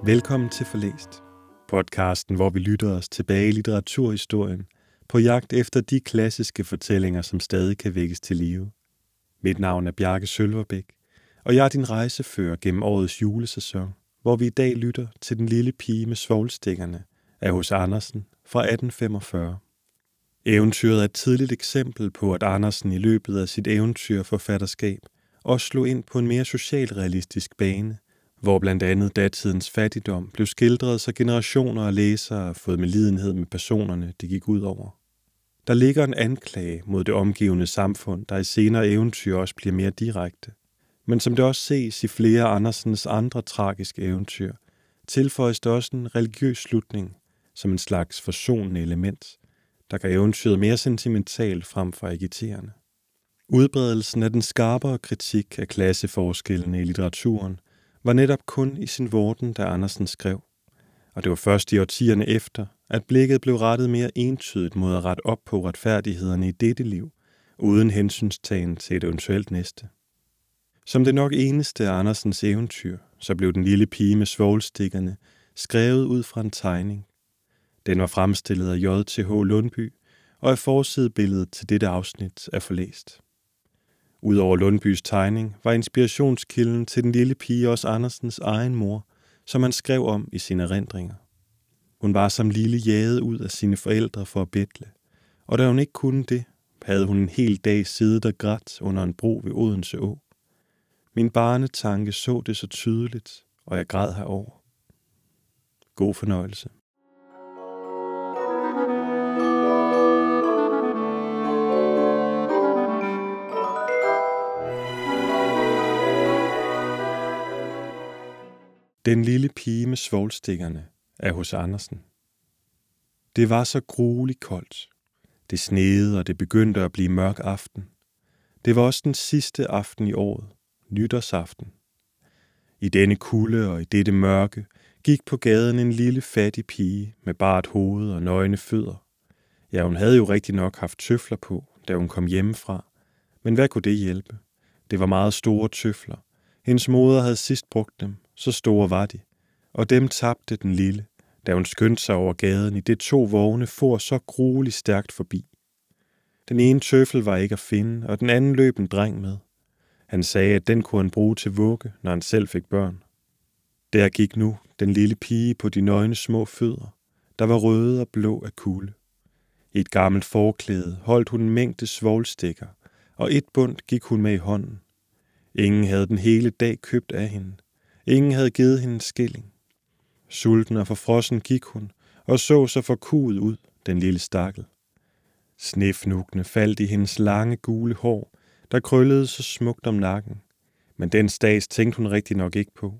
Velkommen til Forlæst, podcasten, hvor vi lytter os tilbage i litteraturhistorien på jagt efter de klassiske fortællinger, som stadig kan vækkes til live. Mit navn er Bjarke Sølverbæk, og jeg er din rejsefører gennem årets julesæson, hvor vi i dag lytter til Den lille pige med svovlstikkerne af H.C. Andersen fra 1845. Eventyret er et tidligt eksempel på, at Andersen i løbet af sit eventyrforfatterskab også slog ind på en mere socialrealistisk bane, hvor blandt andet datidens fattigdom blev skildret, så generationer af læsere har fået medlidenhed med personerne, det gik ud over. Der ligger en anklage mod det omgivende samfund, der i senere eventyr også bliver mere direkte. Men som det også ses i flere af Andersens andre tragiske eventyr, tilføjes der også en religiøs slutning som en slags forsonende element, der gør eventyret mere sentimentalt frem for agiterende. Udbredelsen af den skarpere kritik af klasseforskellene i litteraturen var netop kun i sin vorden, da Andersen skrev. Og det var først i årtierne efter, at blikket blev rettet mere entydigt mod at rette op på retfærdighederne i dette liv, uden hensynstagen til et eventuelt næste. Som det nok eneste af Andersens eventyr, så blev Den lille pige med svovlstikkerne skrevet ud fra en tegning. Den var fremstillet af J.Th. Lundby, og er forsidebilledet til dette afsnit er Forlæst. Udover Lundbys tegning var inspirationskilden til Den lille pige også Andersens egen mor, som han skrev om i sine erindringer. Hun var som lille jaget ud af sine forældre for at betle, og da hun ikke kunne det, havde hun en hel dag siddet og grædt under en bro ved Odense Å. Min barnetanke så det så tydeligt, og jeg græd herover. God fornøjelse. Den lille pige med svovlstikkerne af H.C. Andersen. Det var så grueligt koldt. Det sneede, og det begyndte at blive mørk aften. Det var også den sidste aften i året, nytårsaften. I denne kulde og i dette mørke gik på gaden en lille fattig pige med bart hoved og nøgne fødder. Ja, hun havde jo rigtig nok haft tøfler på, da hun kom hjemmefra. Men hvad kunne det hjælpe? Det var meget store tøfler. Hendes moder havde sidst brugt dem, så store var de, og dem tabte den lille, da hun skyndte sig over gaden, i det 2 vogne for så grueligt stærkt forbi. Den ene tøffel var ikke at finde, og den anden løb en dreng med. Han sagde, at den kunne han bruge til vugge, når han selv fik børn. Der gik nu den lille pige på de nøgne små fødder, der var røde og blå af kulde. I et gammelt forklæde holdt hun en mængde svovlstikker, og et bund gik hun med i hånden. Ingen havde den hele dag købt af hende. Ingen havde givet hende en skilling. Sulten og forfrossen gik hun, og så forkuet ud, den lille stakkel. Snefnugene faldt i hendes lange gule hår, der krøllede så smukt om nakken. Men den stads tænkte hun rigtig nok ikke på.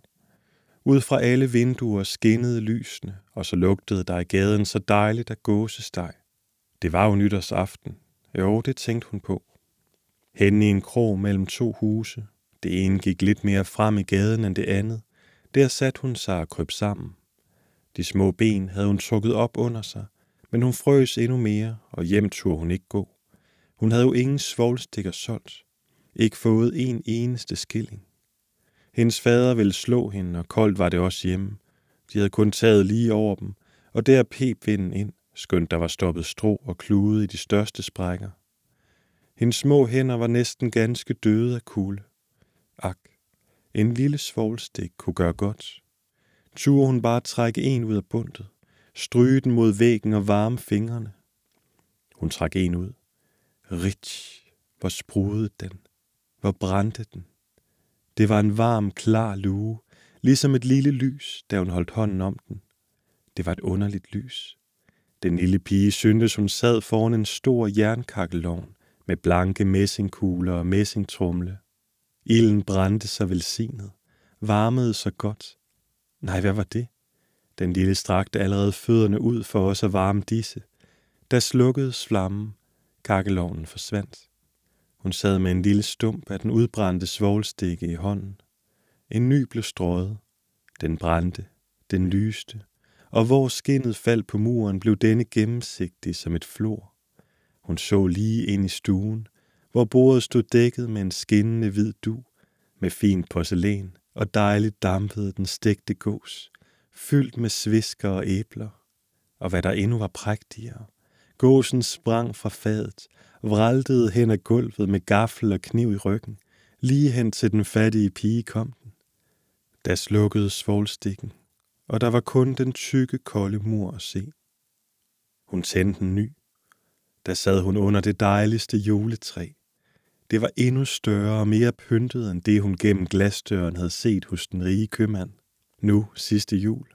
Ud fra alle vinduer skinnede lysene, og så lugtede der i gaden så dejligt af gåsesteg. Det var jo nytårsaften. Jo, det tænkte hun på. Henne i en krog mellem 2 huse. Det ene gik lidt mere frem i gaden end det andet. Der satte hun sig og krøb sammen. De små ben havde hun trukket op under sig, men hun frøs endnu mere, og hjem turde hun ikke gå. Hun havde jo ingen svovlstikker solgt. Ikke fået en eneste skilling. Hendes fader ville slå hende, og koldt var det også hjemme. De havde kun taget lige over dem, og der pep vinden ind, skønt der var stoppet strå og klude i de største sprækker. Hendes små hænder var næsten ganske døde af kulde. Ak, en lille svovlstik kunne gøre godt. Turde hun bare trække en ud af bundet, stryge den mod væggen og varme fingrene. Hun trak en ud. Rich, hvor sprudede den, hvor brændte den. Det var en varm, klar lue, ligesom et lille lys, da hun holdt hånden om den. Det var et underligt lys. Den lille pige syntes, hun sad foran en stor jernkakkelovn med blanke messingkugler og messingtrumle. Ilden brændte så velsignet, varmede så godt. Nej, hvad var det? Den lille strakte allerede fødderne ud for os at varme disse. Da slukkedes flammen, kakkelovnen forsvandt. Hun sad med en lille stump af den udbrændte svovlstikke i hånden. En ny blev strøget. Den brændte, den lyste, og hvor skinnet faldt på muren, blev denne gennemsigtig som et flor. Hun så lige ind i stuen, hvor bordet stod dækket med en skinnende hvid dug, med fint porcelæn, og dejligt dampede den stegte gås, fyldt med svisker og æbler, og hvad der endnu var prægtigere. Gåsen sprang fra fadet, vraltede hen ad gulvet med gaffel og kniv i ryggen, lige hen til den fattige pige kom den. Da slukkede svovlstikken, og der var kun den tykke, kolde mur at se. Hun tændte en ny. Der sad hun under det dejligste juletræ. Det var endnu større og mere pyntet end det, hun gennem glasdøren havde set hos den rige købmand. Nu sidste jul.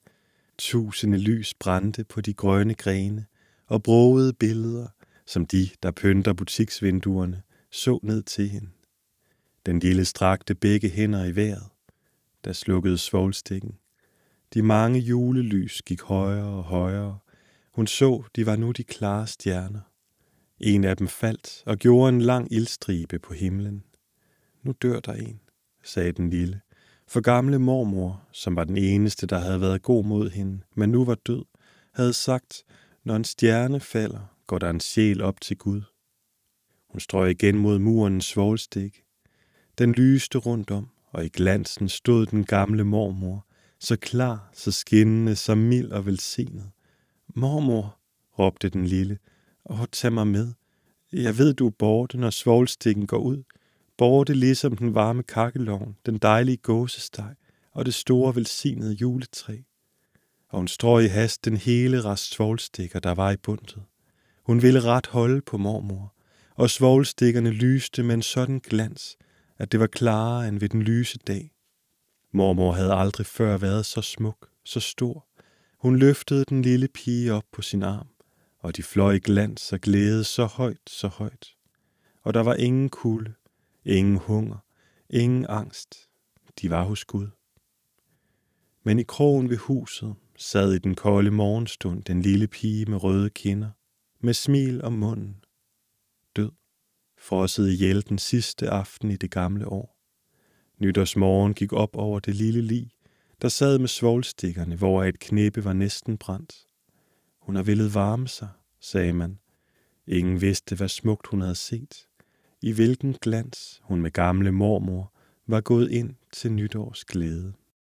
Tusinde lys brændte på de grønne grene og brogede billeder, som de, der pynter butiksvinduerne, så ned til hende. Den lille strakte begge hænder i vejret. Der slukkede svovlstikken. De mange julelys gik højere og højere. Hun så, de var nu de klare stjerner. En af dem faldt og gjorde en lang ildstribe på himlen. Nu dør der en, sagde den lille. For gamle mormor, som var den eneste, der havde været god mod hende, men nu var død, havde sagt, når en stjerne falder, går der en sjæl op til Gud. Hun strøg igen mod murens svovlstik. Den lyste rundt om, og i glansen stod den gamle mormor, så klar, så skinnende, så mild og velsignet. Mormor, råbte den lille, tag mig med. Jeg ved, du er borte, når svovlstikken går ud. Borte ligesom den varme kakkelovn, den dejlige gåsesteg og det store velsignede juletræ. Og hun strøg i hast den hele rest svovlstikker, der var i bundet. Hun ville ret holde på mormor, og svovlstikkerne lyste med en sådan glans, at det var klarere end ved den lyse dag. Mormor havde aldrig før været så smuk, så stor. Hun løftede den lille pige op på sin arm, og de fløj i glans og glæde så højt, så højt. Og der var ingen kulde, ingen hunger, ingen angst. De var hos Gud. Men i krogen ved huset sad i den kolde morgenstund den lille pige med røde kinder, med smil om munden. Død, frosset ihjel den sidste aften i det gamle år. Nytårsmorgen gik op over det lille lig, der sad med svovlstikkerne, hvor et knæppe var næsten brændt. Hun har villet varme sig, sagde man. Ingen vidste, hvad smukt hun havde set. I hvilken glans hun med gamle mormor var gået ind til nytårs glæde.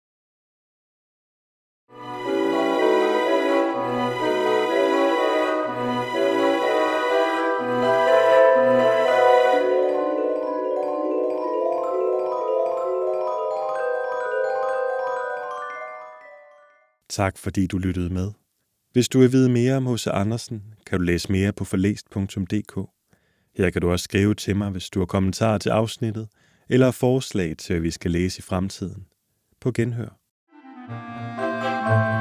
Tak fordi du lyttede med. Hvis du vil vide mere om H.C. Andersen, kan du læse mere på forlæst.dk. Her kan du også skrive til mig, hvis du har kommentarer til afsnittet, eller forslag til, at vi skal læse i fremtiden. På genhør.